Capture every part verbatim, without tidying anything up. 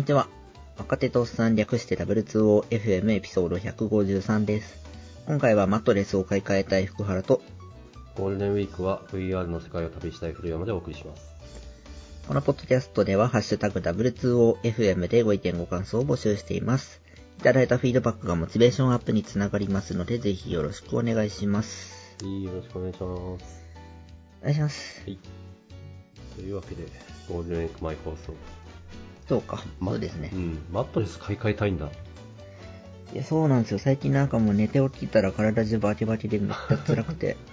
にちは。若手とおっさん略して ダブリューツーオーエフエム エピソードひゃくごじゅうさんです。今回はマットレスを買い替えたい福原と、 ゴールデンウィークは ブイアール の世界を旅したい古山でお送りします。 このポッドキャストではハッシュタグ ダブリューツーオーエフエム でご意見ご感想を募集しています。いただいたフィードバックがモチベーションアップにつながりますので、ぜひよろしくお願いします。 はい、よろしくお願いします。 お願いします。 はい。というわけで、ゴールデンウィーク前放送。 そうか、そうですね。 うん、マットレス買い替えたいんだ。 いや、そうなんですよ。最近なんかもう寝て起きたら体中バキバキでめっちゃ辛くて。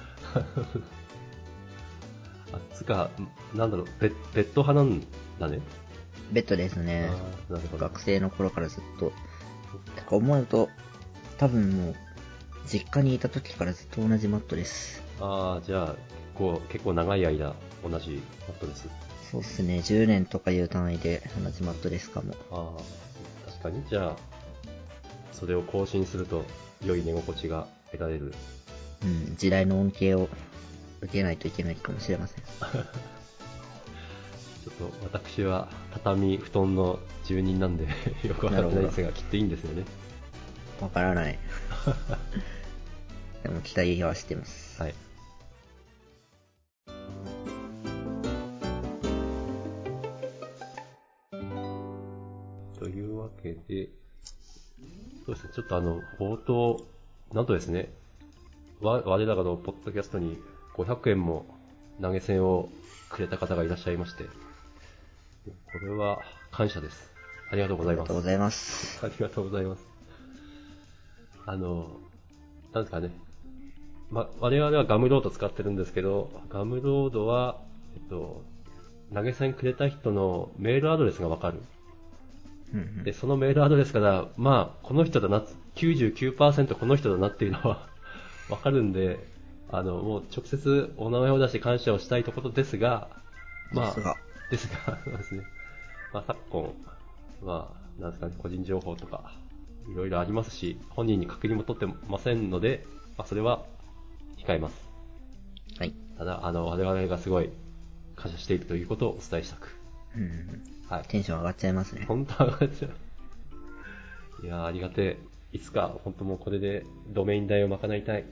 あ、つか、なんだろう、ベッ、ベッド派なんだね。 ベッドですね。 あ、なるほど。 学生の頃からずっと。てか思うと、多分もう、実家にいた時からずっと同じマットレス。 ああ、じゃあ、結構、結構長い間、同じマットレス。 そうっすね。じゅうねんとかいう単位で同じマットレスかも。 ああ、確かに。じゃあ、それを更新すると、良い寝心地が得られる。 うん、時代の恩恵を受けないといけないかもしれません。 ちょっと私は畳布団の住人なんでよくわかってないですが、きっといいんですよね。 わからない。でも期待はしてます。 はい。というわけで、そうですね、ちょっとあの、冒頭、なんとですね、わ我らがのポッドキャストにごひゃくえんも投げ銭をくれた方がいらっしゃいまして、これは感謝です。ありがとうございます。 ありがとうございます。 ありがとうございます。あの、なんですかね、ま、我々はガムロード使ってるんですけど、ガムロードは、えっと、投げ銭くれた人のメールアドレスがわかる。 うんうん、 で、そのメールアドレスから、まあ、この人だな、きゅうじゅうきゅうパーセント この人だなっていうのはわかるんで、あの、もう直接お名前を出して感謝をしたいところですが、まあ、 ですが、 ですが、そうですね。まあ、昨今、まあ、なんですかね、個人情報とか、いろいろありますし、本人に確認も取ってませんので、まあ、それは控えます。 はい。 ただ、あの、我々がすごい感謝しているということをお伝えしたく。 うん、 はい。 テンション上がっちゃいますね。 本当上がっちゃう。いやー、ありがてえ。いつか、本当もうこれでドメイン代を賄いたい。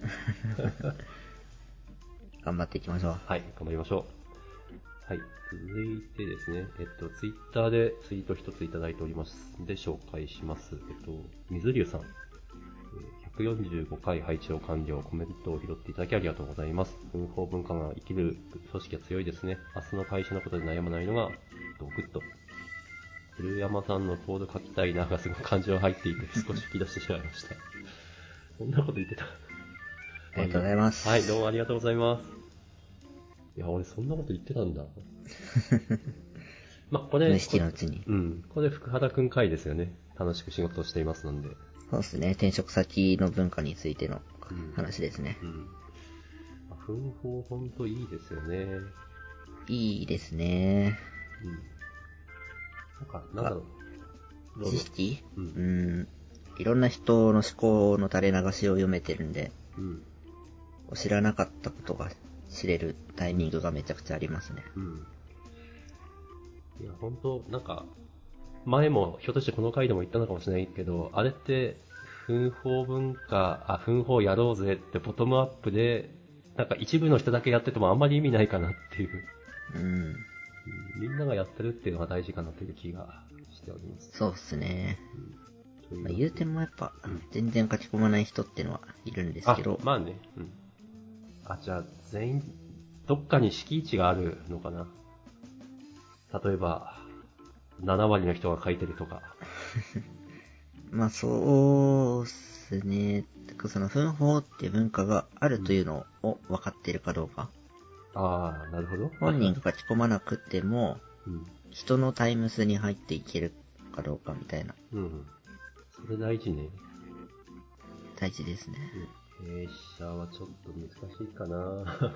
頑張っていきましょう。 はい、頑張りましょう。はい、続いてですね、えっと、ツイッターでツイート一ついただいておりますので紹介します。えっと、水流さん。ひゃくよんじゅうごかい配置を完了、コメントを拾っていただきありがとうございます。文法文化が生きる組織は強いですね。明日の会社のことで悩まないのが、グッと。古山さんのコード書きたいながすごく感情入っていて少し吹き出してしまいました。そんなこと言ってた。 ありがとうございます。 はい、どうもありがとうございます。いや、俺そんなこと言ってたんだ。まあ、これ、 無意識のうちに。 うん。これ福原くん会ですよね。楽しく仕事をしていますので。 そうですね。転職先の文化についての話ですね。 うん。うん。奮法ほんといいですよね。 いいですね。 うん。なんか、なんだろう。 知識、 うん、 うん。いろんな人の思考の垂れ流しを読めてるんで、 うん。 知らなかったことが知れるタイミングがめちゃくちゃありますね。 うん。いや、ほんと、なんか、前もひょっとしてこの回でも言ったのかもしれないけど、あれって、奮法文化、あ、奮法やろうぜってボトムアップで、なんか一部の人だけやっててもあんまり意味ないかなっていう。 うん。 みんながやってるっていうのが大事かなという気がしております。 そうっすね。 うん、 まあ、言うてもやっぱ、うん、全然書き込まない人っていうのはいるんですけど。 あ、まあね。うん。あ、じゃあ全員、どっかに敷地があるのかな。例えば、ななわりの人が書いてるとか。 まあそうっすね。その奮法っていう文化があるというのを分かっているかどうか。 うん、ああ、なるほど。 本人が書き込まなくても、うん、人のタイムスに入っていけるかどうかみたいな。 うん。それ大事ね。 大事ですね。 うん、弊社はちょっと難しいかな。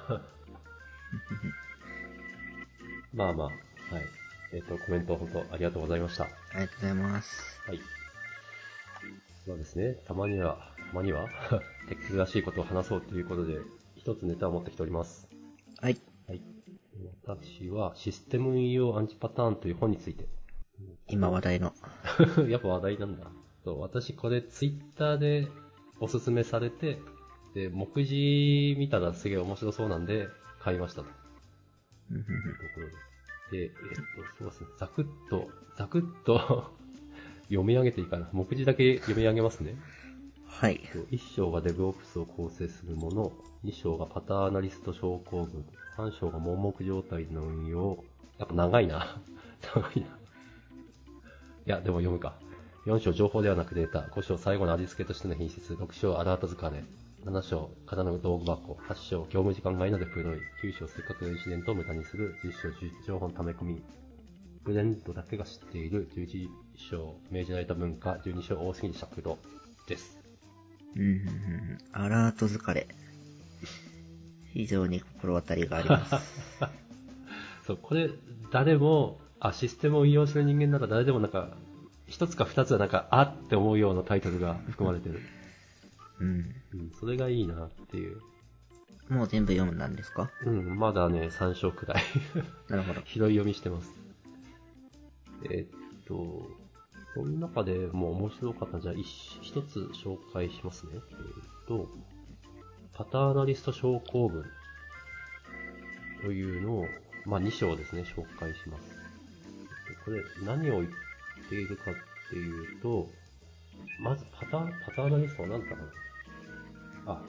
まあまあ、はい。えっと、コメント本当ありがとうございました。ありがとうございます。 はい。そうですね。たまには、たまには、テックらしいことを話そうということで、一つネタを持ってきております。 はい。 はい。私は、システム運用アンチパターンという本について。 今話題の。 やっぱ話題なんだ。そう、私これツイッターでおすすめされて、で、目次見たらすげえ面白そうなんで、買いましたと。 うんうんところで。で、えっと、そうですね。ざくっと、ざくっと読み上げていいかな。目次だけ読み上げますね。 はい。 いち章がデブオプスを構成するもの、に章がパターナリスト症候群、さん章が盲目状態の運用。やっぱ長いな。長いな。いや、でも読むか。よん章情報ではなくデータ、ご章最後の味付けとしての品質、ろく章アラート疲れ、なな章型の道具箱、はち章業務時間外のデプロイ、きゅう章せっかくのインシデントを無駄にする、じゅっ章情報の溜め込み、ブレンドだけが知っている、じゅういち章命じられた文化、じゅうに章多すぎる尺度です。 うんうんうん。アラート疲れ。非常に心当たりがあります。 そう、これ、誰も、あ、システムを運用する人間なら誰でもなんか、一つか二つはなんか、あって思うようなタイトルが含まれてる。 うん。 うん、それがいいなっていう。 もう全部読んだんですか？ うん、まだね、さん章くらい。 なるほど。 拾い読みしてます。えっと、その中でもう面白かったじゃあ一一つ紹介しますね。えっと、パターナリスト症候群というのを、まあに章ですね、紹介します。これ何を言っているかっていうと、まずパター、パターナリストは何だかなあ、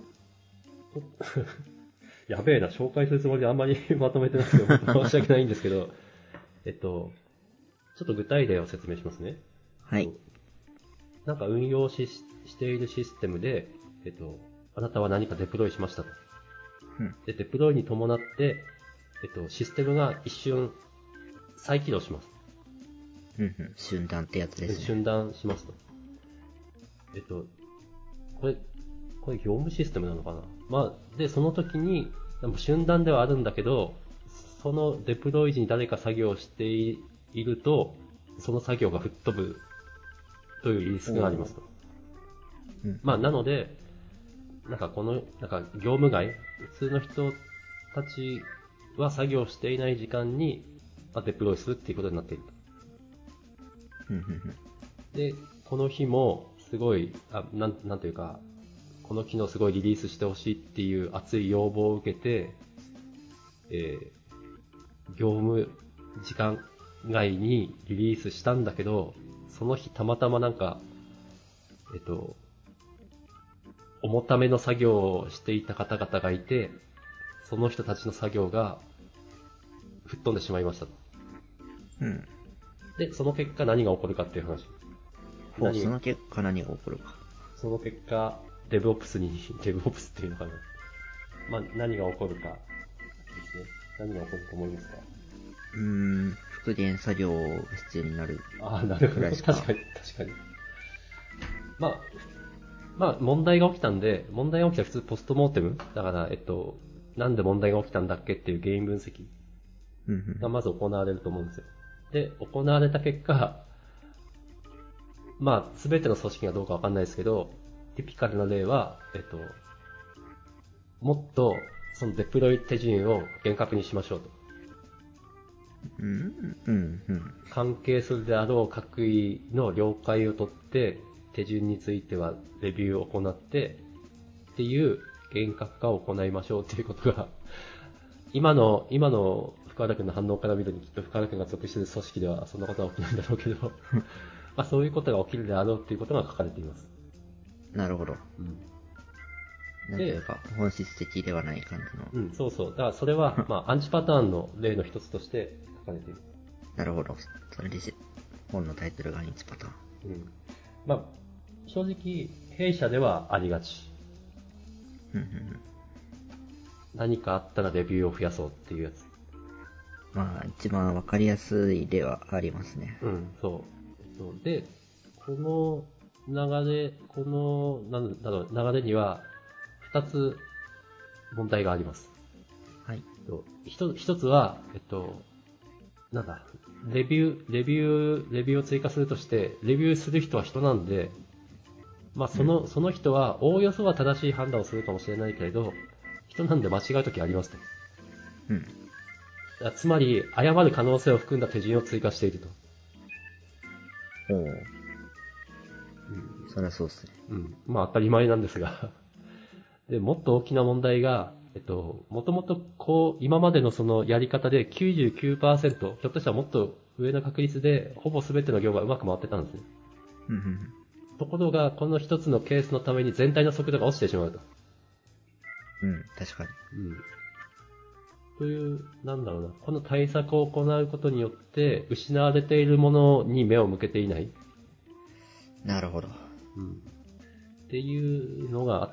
やべえな、紹介するつもりであんまりまとめてなくて申し訳ないんですけど、えっと、ちょっと具体例を説明しますね。 はい。 なんか運用ししているシステムで、えっと、あなたは何かデプロイしましたと。 うん。 で、デプロイに伴って、えっと、システムが一瞬再起動します。 うんうん。瞬断ってやつですね。 瞬断しますと。えっと、これ、これ業務システムなのかな。まあ、で、その時に、瞬断ではあるんだけど、そのデプロイ時に誰か作業をしていると、その作業が吹っ飛ぶというリスクがありますと。 うん、 まあ、なので、なんかこの、なんか業務外、普通の人たちは作業していない時間に、まあ、デプロイするっていうことになっていると。 うんうんうん、 で、この日も、すごい、あ、なん、なんというか、この機能すごいリリースしてほしいっていう熱い要望を受けて、えー、業務時間外にリリースしたんだけど、その日たまたまなんか、えっと、重ための作業をしていた方々がいて、その人たちの作業が吹っ飛んでしまいましたと。 うん。 で、その結果何が起こるかっていう話。 ほう、その結果何が起こるか。 その結果、デブオプスに、デブオプスっていうのかな。まあ、何が起こるかですね。何が起こると思いますか？ うーん、復元作業が必要になる。 ああ、なるほど。確かに、確かに。まあ、まあ、問題が起きたんで、問題が起きたら普通ポストモーテムだから、えっと、なんで問題が起きたんだっけっていう原因分析がまず行われると思うんですよ。で、行われた結果、まあ、すべての組織がどうかわかんないですけど、ティピカルな例は、えっと、もっと、そのデプロイ手順を厳格にしましょうと。 うん、うん、うん。 関係するであろう各位の了解を取って、手順についてはレビューを行って、っていう厳格化を行いましょうっていうことが、今の、今の福原君の反応から見るときっと福原君が属している組織ではそんなことは起きないんだろうけど、まあそういうことが起きるであろうっていうことが書かれています。 なるほど。 うん。 なんていうか、本質的ではない感じの。 うん、そうそう。だからそれは、まあアンチパターンの例の一つとして書かれている。 なるほど。それで本のタイトルがアンチパターン。 うん。まあ、正直、弊社ではありがち。 うんうんうん。 何かあったらレビューを増やそうっていうやつ。 まあ、一番わかりやすい例はありますね。 うん、そう。そうで、この流れ、この、なんだろう、流れには、二つ問題があります。 はい。 一つ、一つは、えっと、なんだ、レビュー、レビュー、レビューを追加するとして、レビューする人は人なんで、まあその、うん、その人は、おおよそは正しい判断をするかもしれないけれど、人なんで間違うときありますと。 うん。 つまり、誤る可能性を含んだ手順を追加していると。 おう。 うん、 そりゃそうですね。 うん。まあ当たり前なんですが。で、もっと大きな問題が、えっと、もともとこう、今までのそのやり方で きゅうじゅうきゅうパーセント、ひょっとしたらもっと上の確率で、ほぼ全ての業がうまく回ってたんですね。 うんうんところが、この一つのケースのために全体の速度が落ちてしまうと。 うん、確かに。 うん。という、なんだろうな、この対策を行うことによって、失われているものに目を向けていない。 なるほど。 うん。っていうのがあって、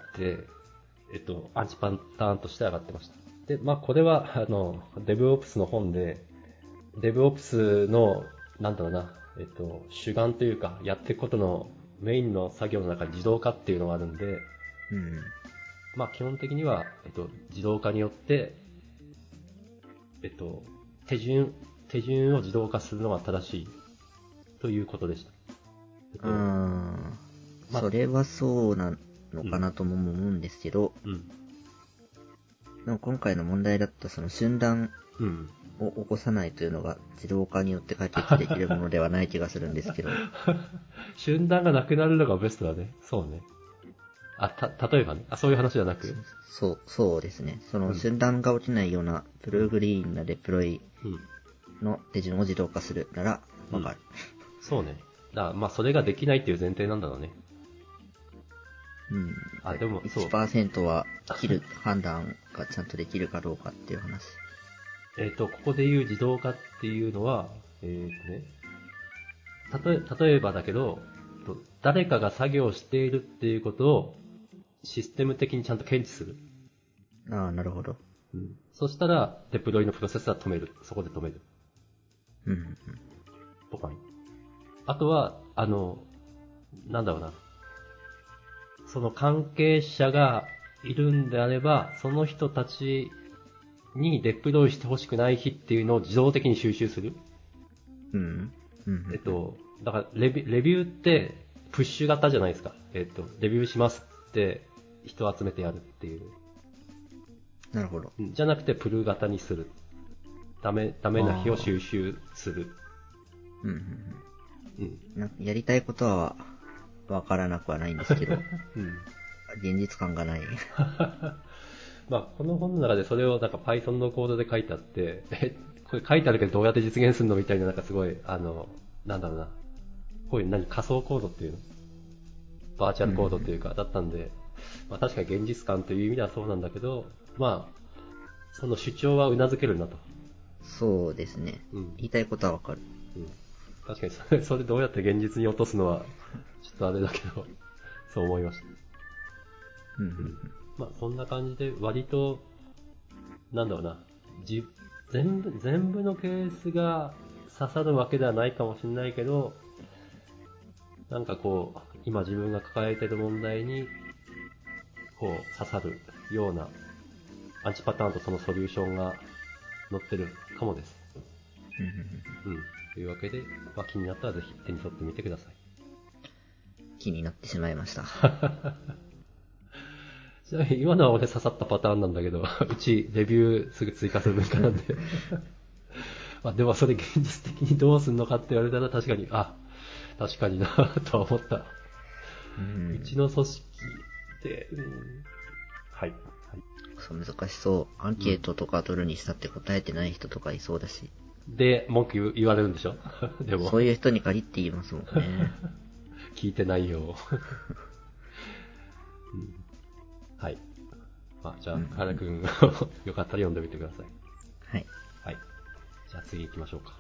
えっと、アンチパターンとして上がってました。で、まあこれは、あの、DevOps の本で、DevOps の、なんだろうな、えっと、主眼というか、やっていくことのメインの作業の中に自動化っていうのがあるんで、 うん。 まあ基本的には、えっと、自動化によって、えっと、手順、手順を自動化するのが正しいということでした。えっと、 あー、 まあそれはそうなのかなとも思うんですけど、 うん。 でも今回の問題だったその瞬断うん。 を起こさないというのが自動化によって解決できるものではない気がするんですけど。 瞬断がなくなるのがベストだね。そうね。あ、た、例えばね。あ、そういう話じゃなく。 そう、そうですね。そのうん瞬断が起きないようなプログリーンなデプロイうん。 の手順を自動化するならわかる。 そうね。だからまあそれができないっていう前提なんだろうね。 うん。 あ、でもそういちパーセントは切る判断がちゃんとできるかどうかっていう話。 えっ、と、ここで言う自動化っていうのは、えっ、とね、たとえ、例えばだけど、と誰かが作業しているっていうことをシステム的にちゃんと検知する。 ああ、なるほど。 うん。そしたら、デプロイのプロセスは止める。そこで止める。 うんうんとかね。あとは、あの、なんだろうな。その関係者がいるんであれば、その人たちにデプロイしてほしくない日っていうのを自動的に収集する。 うん。うん。うんうん。 えっと、だからレビュー、レビューってプッシュ型じゃないですか。えっと、レビューしますって人を集めてやるっていう。 なるほど。 じゃなくてプル型にする。ダメ、ダメな日を収集する。 うんうんうん。 うん。 なやりたいことはわからなくはないんですけど、 うん。 現実感がない。 まあ、この本の中でそれをなんか Python のコードで書いてあって、え、これ書いてあるけどどうやって実現するのみたいななんかすごい、あの、なんだろうな。こういう何仮想コードっていうのバーチャルコードっていうか、だったんで、まあ確かに現実感という意味ではそうなんだけど、まあ、その主張は頷けるなと。 そうですね。 うん。 言いたいことはわかる。 うん。確かにそれ、それどうやって現実に落とすのは、ちょっとあれだけど、そう思いました。 うんうんうん。まあそんな感じで割と、なんだろうな、じ、全部、全部のケースが刺さるわけではないかもしれないけど、なんかこう、今自分が抱えている問題に、こう、刺さるような、アンチパターンとそのソリューションが載ってるかもです。 うんうんうん。というわけで、まあ、気になったらぜひ手に取ってみてください。 気になってしまいました。 ちなみに今のは俺刺さったパターンなんだけど、うちレビューすぐ追加する文化なんで。まあ、でもそれ現実的にどうすんのかって言われたら確かに、あ、確かになとは思った。 ううんちの組織で、うん、はい。はい。 そう難しそう。アンケートとか取るにしたって答えてない人とかいそうだし。 で、文句言う言われるんでしょでも。 そういう人に限って言いますもんね。 聞いてないよ。うん、はい。まあ、じゃあ、カラ君、よかったら読んでみてください。 はい。 はい。じゃあ次行きましょうか。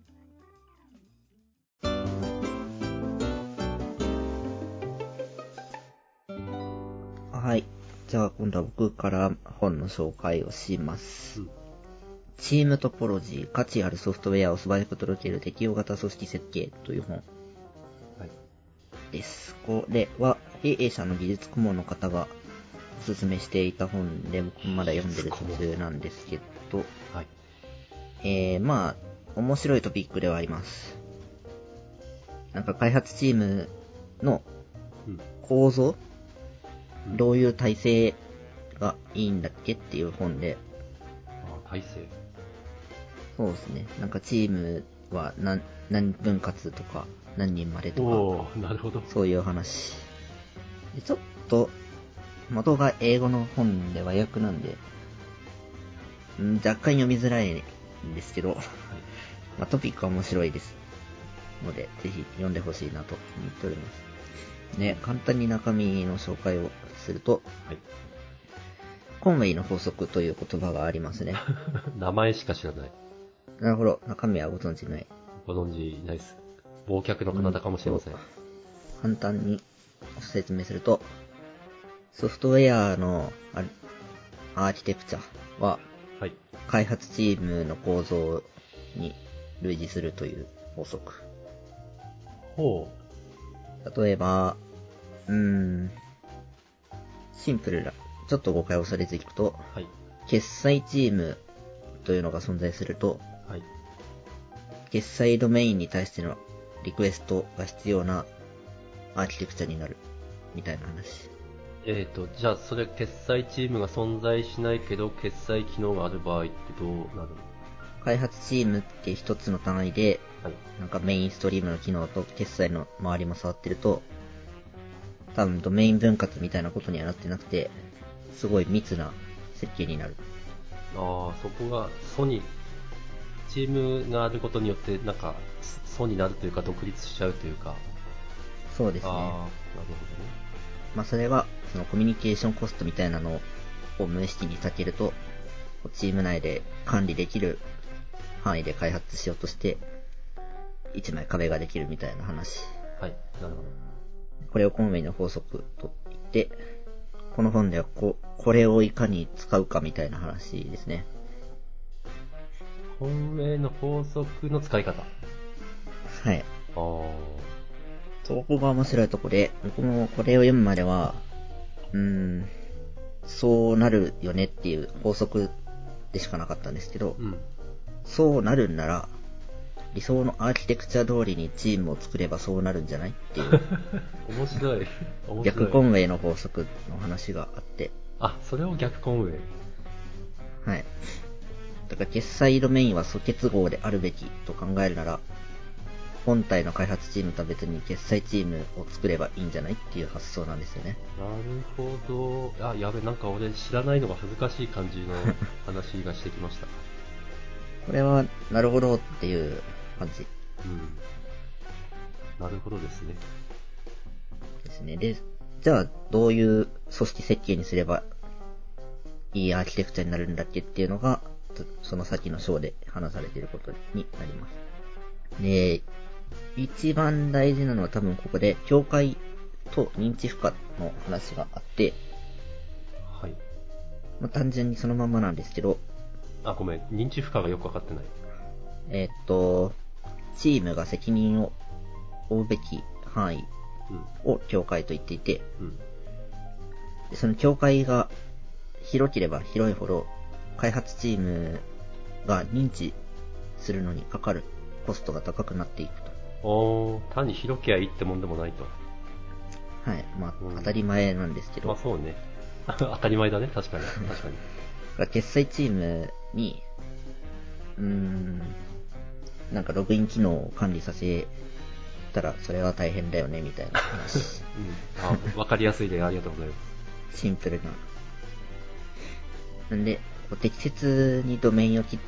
はい。じゃあ今度は僕から本の紹介をします。 うん、 チームトポロジー、価値あるソフトウェアを素早く届ける適用型組織設計という本はい。 です。これは経営者の技術顧問の方がおすすめしていた本で、僕もまだ読んでる途中なんですけど、 はい。 えー、まあ、面白いトピックではあります。なんか開発チームの構造、 うん、 どういう体制がいいんだっけっていう本で、 あ、体制。 そうですね。なんかチームは何、何分割とか、何人までとか。 おー、なるほど。 そういう話。でちょっと、元が英語の本で和訳なんで、ん若干読みづらいんですけど、はい、まあ、トピックは面白いですので、ぜひ読んでほしいなと思っております。ね、簡単に中身の紹介をすると、はい、コンウェイの法則という言葉がありますね。 名前しか知らない。 なるほど、中身はご存知ない。 ご存知ないです。忘却の彼方かもしれません。 簡単に説明すると、ソフトウェアのアーキテクチャは、はい、開発チームの構造に類似するという法則。 ほう。例えば、うーん、シンプルな、ちょっと誤解をされていくと、はい、決済チームというのが存在すると、はい、決済ドメインに対してのリクエストが必要なアーキテクチャになるみたいな話。 えーと、じゃあそれ決済チームが存在しないけど決済機能がある場合ってどうなるの？ 開発チームって一つの単位で、はい、なんかメインストリームの機能と決済の周りも触ってると、多分ドメイン分割みたいなことにはなってなくて、すごい密な設計になる。 ああ、そこが素に、チームがあることによってなんか素になるというか独立しちゃうというか。 そうですね。 ああ、なるほどね。 まあそれは、そのコミュニケーションコストみたいなのを無意識に避けると、チーム内で管理できる範囲で開発しようとして、一枚壁ができるみたいな話。 はい、なるほど。 これをコンウェイの法則と言って、この本ではこ、これをいかに使うかみたいな話ですね。 コンウェイの法則の使い方。 はい。ああ。 そこが面白いところで、僕もこれを読むまでは、うーん、そうなるよねっていう法則でしかなかったんですけど、うん、そうなるんなら、理想のアーキテクチャ通りにチームを作ればそうなるんじゃないっていう。 面白い。面白い。 逆コンウェイの法則の話があって。 あ、それを逆コンウェイ。 はい。だから決済ドメインは素結合であるべきと考えるなら、本体の開発チームとは別に決済チームを作ればいいんじゃないっていう発想なんですよね。 なるほど。あ、やべ、なんか俺知らないのが恥ずかしい感じの話がしてきました。 これは、なるほどっていう感じ。 うん。なるほどですね。 ですね。で、じゃあ、どういう組織設計にすればいいアーキテクチャになるんだっけっていうのが、その先の章で話されていることになります。で、一番大事なのは多分ここで、境界と認知負荷の話があって、 はい。 まあ、単純にそのまんまなんですけど、 あ、ごめん、認知負荷がよくわかってない。 えー、っと、チームが責任を負うべき範囲を境界と言っていて、うん、でその境界が広ければ広いほど、開発チームが認知するのにかかるコストが高くなっていくと。 おー、単に広きゃいいってもんでもないと。 はい、まあ、うん、当たり前なんですけど。 まあそうね。当たり前だね、確かに。確かに。 決済チームに、うーん、なんかログイン機能を管理させたらそれは大変だよねみたいな話。 うん、あ、わかりやすいでありがとうございます。 シンプルな。なんで、適切にドメインを切って、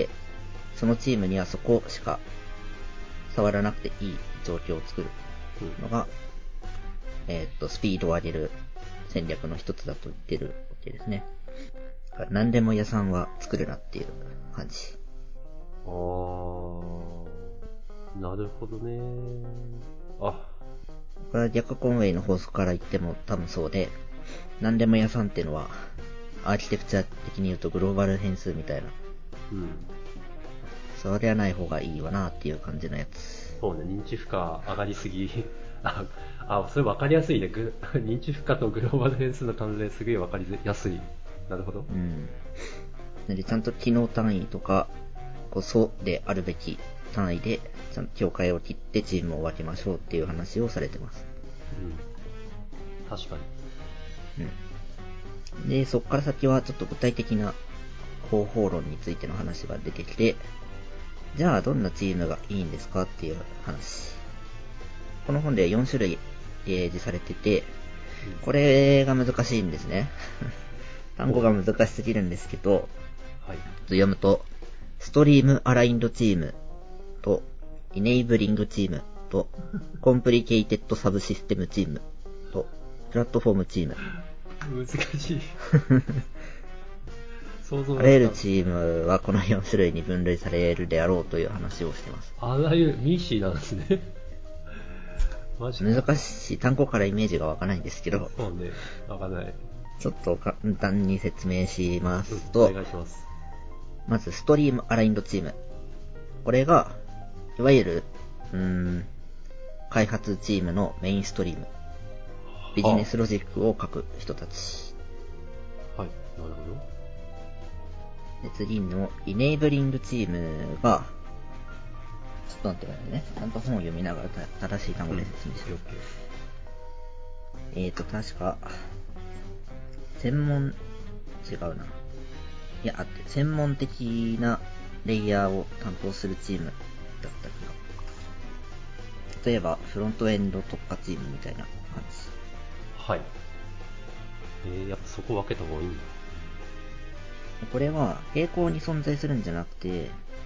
そのチームにはそこしか触らなくていい状況を作るのが、うん、えー、っと、スピードを上げる戦略の一つだと言ってるわけですね。何でも屋さんは作るなっていう感じ。 あー、なるほどね。あ、 これは逆コンウェイの法則から言っても多分そうで、何でも屋さんっていうのは、アーキテクチャ的に言うとグローバル変数みたいな。うん。それはない方がいいわなっていう感じのやつ。 そうね、認知負荷上がりすぎ。あ、あ、それ分かりやすいね。グ認知負荷とグローバル変数の関連すげえ分かりやすい。なるほど。 うん。なのでちゃんと機能単位とか、こそであるべき単位で、ちゃんと境界を切ってチームを分けましょうっていう話をされてます。 うん。確かに。 うん。で、そこから先はちょっと具体的な方法論についての話が出てきて、 じゃあどんなチームがいいんですかっていう話。この本ではよん種類提示されてて、これが難しいんですね。単語が難しすぎるんですけど、 はい、 読むと、ストリームアラインドチームと、イネイブリングチームと、コンプリケイテッドサブシステムチームと、プラットフォームチーム。 難しい。想像あらゆるチームはこのよん種類に分類されるであろうという話をしています。 あらゆる、ミッシーなんですね。マジか。 難しい、単語からイメージがわからないんですけど、 そうね、わかんない。 ちょっと簡単に説明しますと、 うん、お願いします。 まずストリームアラインドチーム。これが、いわゆる、うーん、開発チームのメインストリーム。ビジネスロジックを書く人たち。 はい、なるほで、次のイネイブリングチームが、ちょっと待ってくださいね。ちゃんと本を読みながらた正しい単語で説明しよう。うん、えーと、確か、専門、違うな。いや、あって、専門的なレイヤーを担当するチームだった気が。例えば、フロントエンド特化チームみたいな感じ。 はい。えー、やっぱそこ分けた方がいいんだ。 これは、並行に存在するんじゃなくて、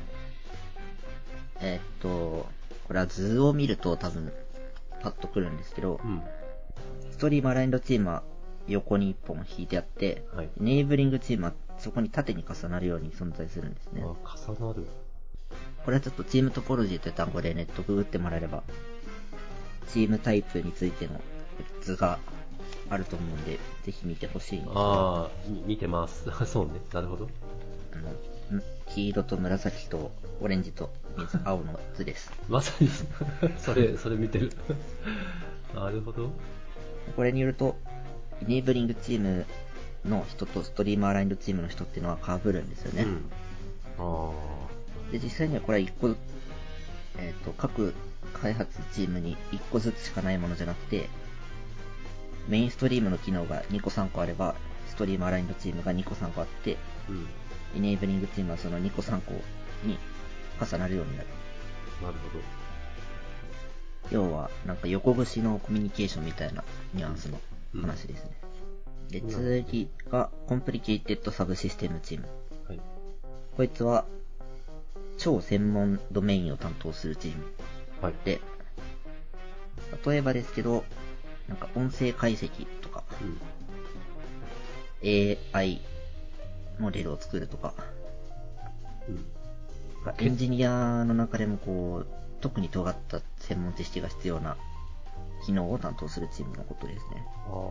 えー、っと、これは図を見ると多分、パッとくるんですけど、うん、ストリームアラインドチームは横に一本引いてあって、はい、エネーブリングチームはそこに縦に重なるように存在するんですね。 あ、重なる。 これはちょっとチームトポロジーという単語でネットググってもらえれば、チームタイプについての図があると思うんで、ぜひ見てほしいんですが。 ああ、見てます。そうね。なるほど。 あの、黄色と紫とオレンジと水青の図です。 まさに、それ、それ見てる。なるほど。 これによると、イネーブリングチームの人とストリームアラインドチームの人っていうのは被るんですよね。うん、あで、実際にはこれは一個、えっと、各開発チームにいっこずつしかないものじゃなくて、メインストリームの機能がにこさんこあれば、ストリームアラインドチームがにこさんこあって、うん、イネーブリングチームはそのにこさんこに重なるようになる。 なるほど。 要は、なんか横串のコミュニケーションみたいなニュアンスの話ですね。うんうん、で、次が、コンプリケイテッドサブシステムチーム。はい、こいつは、超専門ドメインを担当するチーム。はい、で、例えばですけど、なんか音声解析とか、うん、エーアイ モデルを作るとか、うん、エンジニアの中でもこう、特に尖った専門知識が必要な機能を担当するチームのことですね。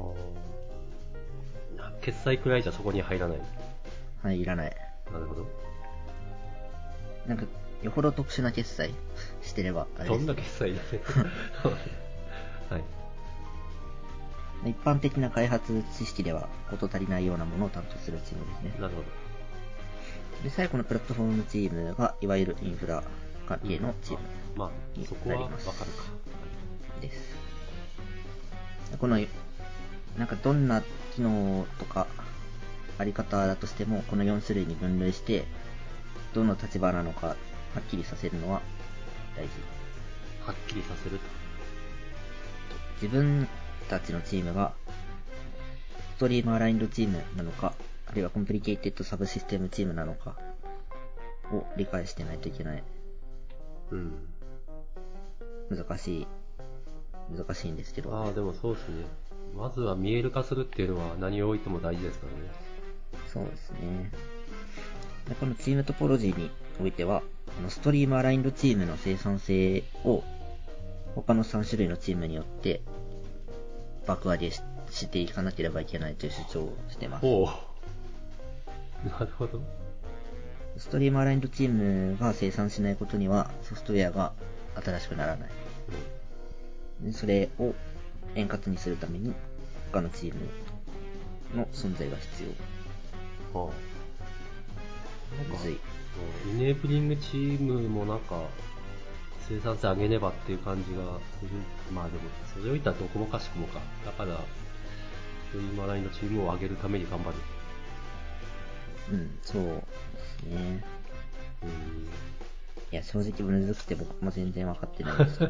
ああ。決済くらいじゃそこに入らない。 入らない。 なるほど。 なんか、よほど特殊な決済してればあれです。 どんな決済だね。はい。 一般的な開発知識では事足りないようなものを担当するチームですね。 なるほど。 で、最後のプラットフォームチームが、いわゆるインフラ関係のチームになります。 まあ、そこはわかるか。 です。この、なんかどんな機能とかあり方だとしても、このよん種類に分類して、どの立場なのかはっきりさせるのは大事。 はっきりさせると。 自分たちのチームが、ストリームアラインドチームなのか、あるいはコンプリケイテッドサブシステムチームなのかを理解してないといけない。うん。難しい。難しいんですけど。 ああ、でもそうですね。まずは見える化するっていうのは何を置いても大事ですからね。 そうですね。でこのチームトポロジーにおいては、このストリームアラインドチームの生産性を他のさん種類のチームによって爆上げししていかなければいけないという主張をしています。 ほう。なるほど。 ストリームアラインドチームが生産しないことにはソフトウェアが新しくならない。うん、それを円滑にするために他のチームの存在が必要。はあ、なんかむずい。イネーブリングチームもなんか生産性上げねばっていう感じがする。まあでもそれを言ったらどこもかしくもか。だからストリームアラインドチームを上げるために頑張る。 うん、そうですね。 や、正直難しくて僕も全然分かってないです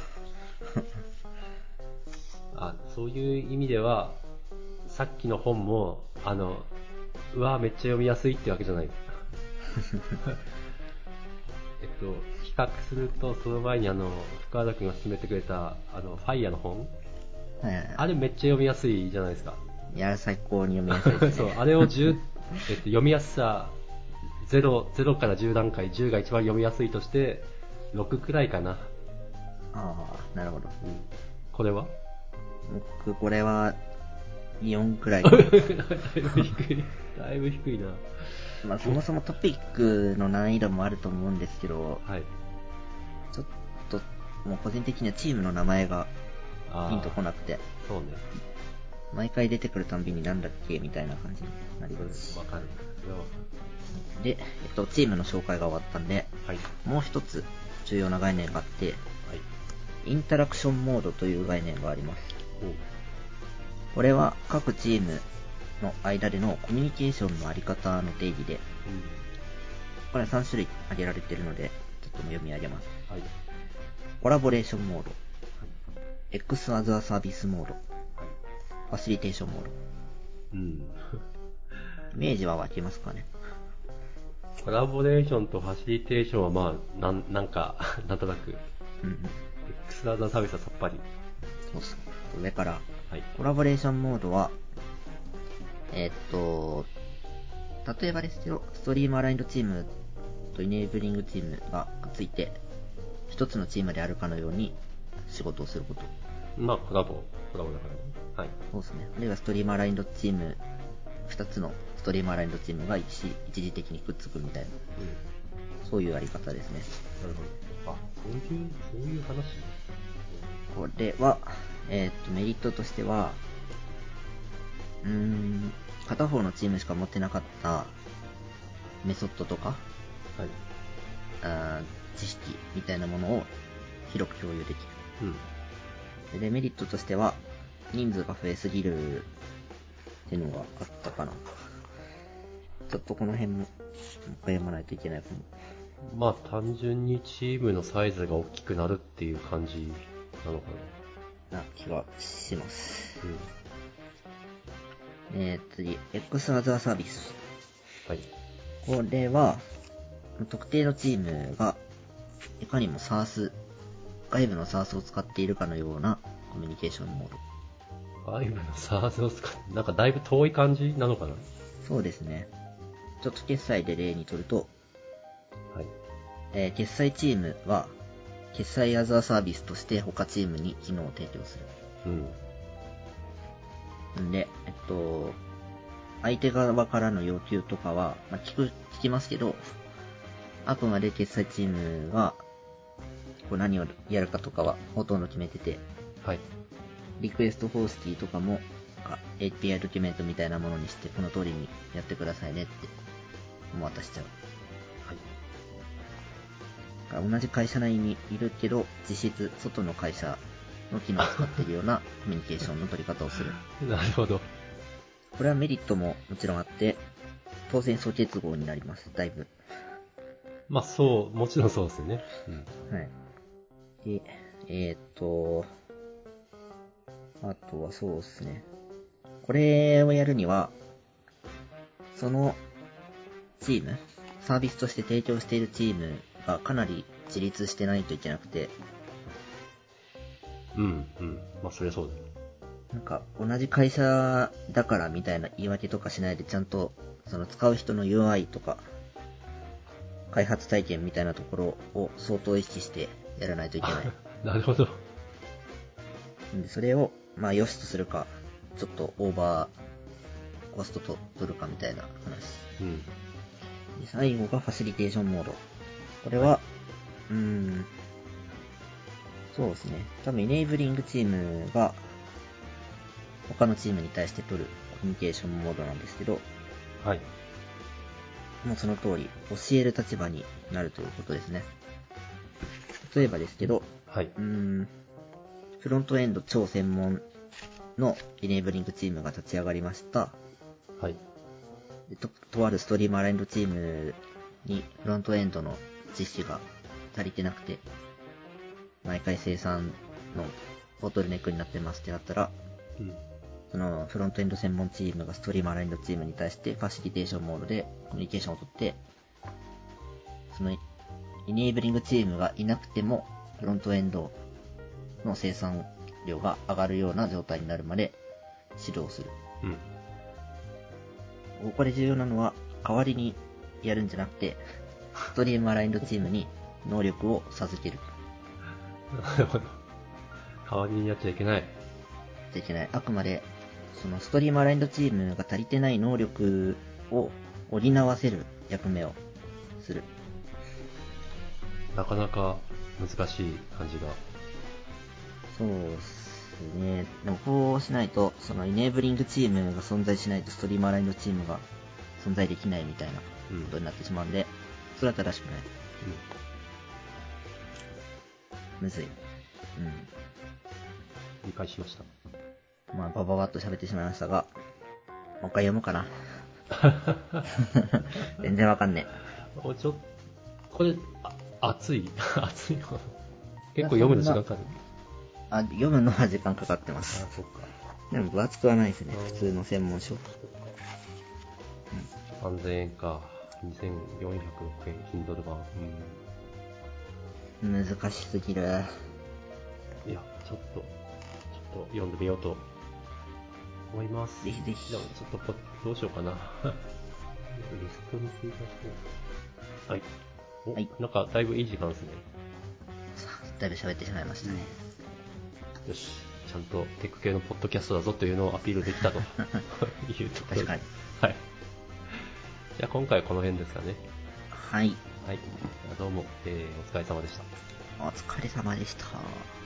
あ、そういう意味では、さっきの本も、あの、うわめっちゃ読みやすいってわけじゃないえっと、比較すると、その前にあの、深田君が勧めてくれた、あの、ファイヤーの本はいはいはい。 あれめっちゃ読みやすいじゃないですか。 いや、最高に読みやすいですね。 そう、あれをじゅう、えっと、読みやすさ、ゼロ、ゼロからじゅう段階、じゅうが一番読みやすいとして、ろくくらいかな。 ああ、なるほど。 うん。これは僕、これは、よんくらいかな。 だいぶ低い。だいぶ低いな。 まあ、そもそもトピックの難易度もあると思うんですけど、 はい。 ちょっと、もう個人的にはチームの名前があーピンとこなくて、 そうね。 毎回出てくるたんびになんだっけみたいな感じになりますわかる。それはわかで、えっと、チームの紹介が終わったんで、 る。はい。 もう一つ重要な概念があって、 はい。 インタラクションモードという概念があります。 おう。 これは各チームの間でのコミュニケーションのあり方の定義で、 うん。 これはさん種類挙げられているので、ちょっと読み上げます。 はい。 コラボレーションモード、X as a Service モード、 はい。 ファシリテーションモード。 うん。 イメージは湧きますかね。 コラボレーションとファシリテーションはまあ、なん、なんか、なんとなく、 うんうん。 X ラザーサービスはさっぱり。 そうそう。上から、 はい。 コラボレーションモードは、えーっと、例えばですけど、ストリームアラインドチームとイネーブリングチームがくっついて、一つのチームであるかのように仕事をすること。 まあ、コラボ、コラボだからね。はい。 そうですね。あるいはストリームアラインドチーム、二つのストリームアラインドチームが一時一時的にくっつくみたいな、 うん。 そういうやり方ですね。 なるほど。あ、そういう、そういう話これは、えーっと、メリットとしては、うーん、片方のチームしか持ってなかったメソッドとか、 はい。 あー知識みたいなものを広く共有できる。 うん。 でデメリットとしては、人数が増えすぎるっていうのがあったかな。ちょっとこの辺も、もう一回読まないといけないかも。 まあ、単純にチームのサイズが大きくなるっていう感じなのかな気がします。 な。うん。 えー、次、X as a Service。 はい。 これは、特定のチームが、いかにも SaaS、外部の SaaS を使っているかのようなコミュニケーションモード。 外部の SaaS を使って、なんかだいぶ遠い感じなのかな。 そうですね。ちょっと決済で例にとると、 はい。 えー決済チームは、決済アザーサービスとして他チームに機能を提供する。 うん。 んで、えっと、相手側からの要求とかは、まあ、聞く、聞きますけど、あくまで決済チームが、こう何をやるかとかはほとんど決めてて、 はい。 リクエスト方式とかも、なんか エーピーアイ ドキュメントみたいなものにして、この通りにやってくださいねって、もう渡しちゃう。 はい。 同じ会社内にいるけど、実質外の会社の機能を使っているようなコミュニケーションの取り方をする。 なるほど。 これはメリットももちろんあって、当然素結合になります、だいぶ。 まあそう、もちろんそうですよね。うん。 はい。で、えーっと、あとはそうですね。これをやるには、そのチーム、サービスとして提供しているチームがかなり自立してないといけなくて、 うん、うん。まあそりゃそうだ。 なんか同じ会社だからみたいな言い訳とかしないでちゃんとその使う人の ユーアイ とか開発体験みたいなところを相当意識してやらないといけない。 なるほど。 でそれをまあ良しとするか、ちょっとオーバーコストと取るかみたいな話。 うん。 で最後がファシリテーションモード。これは、はい、うーん、そうですね。多分イネーブリングチームが他のチームに対して取るコミュニケーションモードなんですけど、 はい。 もうその通り、教える立場になるということですね。例えばですけど、 はい。 うーん、フロントエンド超専門のイネーブリングチームが立ち上がりました。 はい。 で と, とあるストリームアラインドチームにフロントエンドの実施が足りてなくて、毎回生産のボトルネックになってますってなったら、うん、そのフロントエンド専門チームがストリームアラインドチームに対してファシリテーションモードでコミュニケーションを取って、そのイネーブリングチームがいなくてもフロントエンドの生産量が上がるような状態になるまで指導する。うん、ここで重要なのは代わりにやるんじゃなくて、ストリームアラインドチームに能力を授ける。 なるほど。代わりにやっちゃいけない。 いけない。あくまで、そのストリームアラインドチームが足りてない能力を補わせる役目をする。 なかなか難しい感じが。 そうですね。でもこうしないと、そのイネーブリングチームが存在しないとストリームアラインドチームが存在できないみたいなことになってしまうんで、うん、それは正しくない。うん、むずい。うん。 理解しました。 まあ、バババッと喋ってしまいましたが、もう一回読むかな。全然わかんねえ。おちょこれ、あ熱い熱いの結構読むの時間かかる。 あ、読むのは時間かかってます。 あ、そっか。 でも分厚くはないですね、普通の専門書。うん、 さんぜんえんか。にせんよんひゃくろくえん、Kindle 版。 うん、難しすぎる。 いや、ちょっと、ちょっと読んでみようと思います。 ぜひぜひ。 でもちょっとどうしようかな。リストに追加して。はい。お、はい、なんかだいぶいい時間ですね。 だいぶ喋ってしまいましたね。 よし、ちゃんとテック系のポッドキャストだぞというのをアピールできたというところで。 確かに。 はい。じゃあ今回はこの辺ですかね。 はい。 はい。どうも、えー、お疲れ様でした。 お疲れ様でした。